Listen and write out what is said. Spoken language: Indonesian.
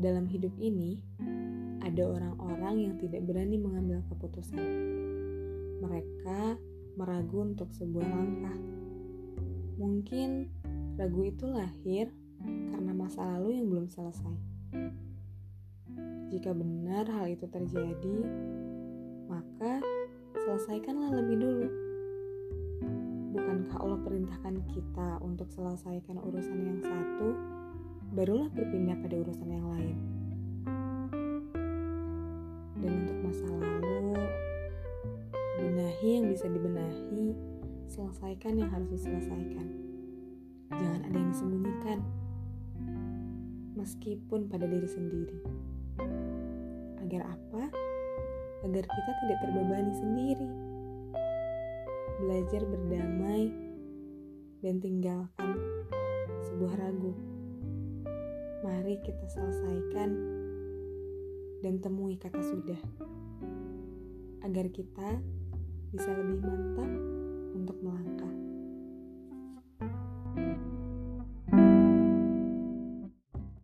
Dalam hidup ini, ada orang-orang yang tidak berani mengambil keputusan. Mereka meragu untuk sebuah langkah. Mungkin ragu itu lahir karena masa lalu yang belum selesai. Jika benar hal itu terjadi, maka selesaikanlah lebih dulu. Bukankah Allah perintahkan kita untuk selesaikan urusan yang satu, barulah berpindah pada urusan yang lain. Dan untuk masa lalu, benahi yang bisa dibenahi, selesaikan yang harus diselesaikan. Jangan ada yang disembunyikan, meskipun pada diri sendiri. Agar apa? Agar kita tidak terbebani sendiri. Belajar berdamai dan tinggalkan sebuah ragu. Mari kita selesaikan dan temui kata sudah, agar kita bisa lebih mantap untuk melangkah.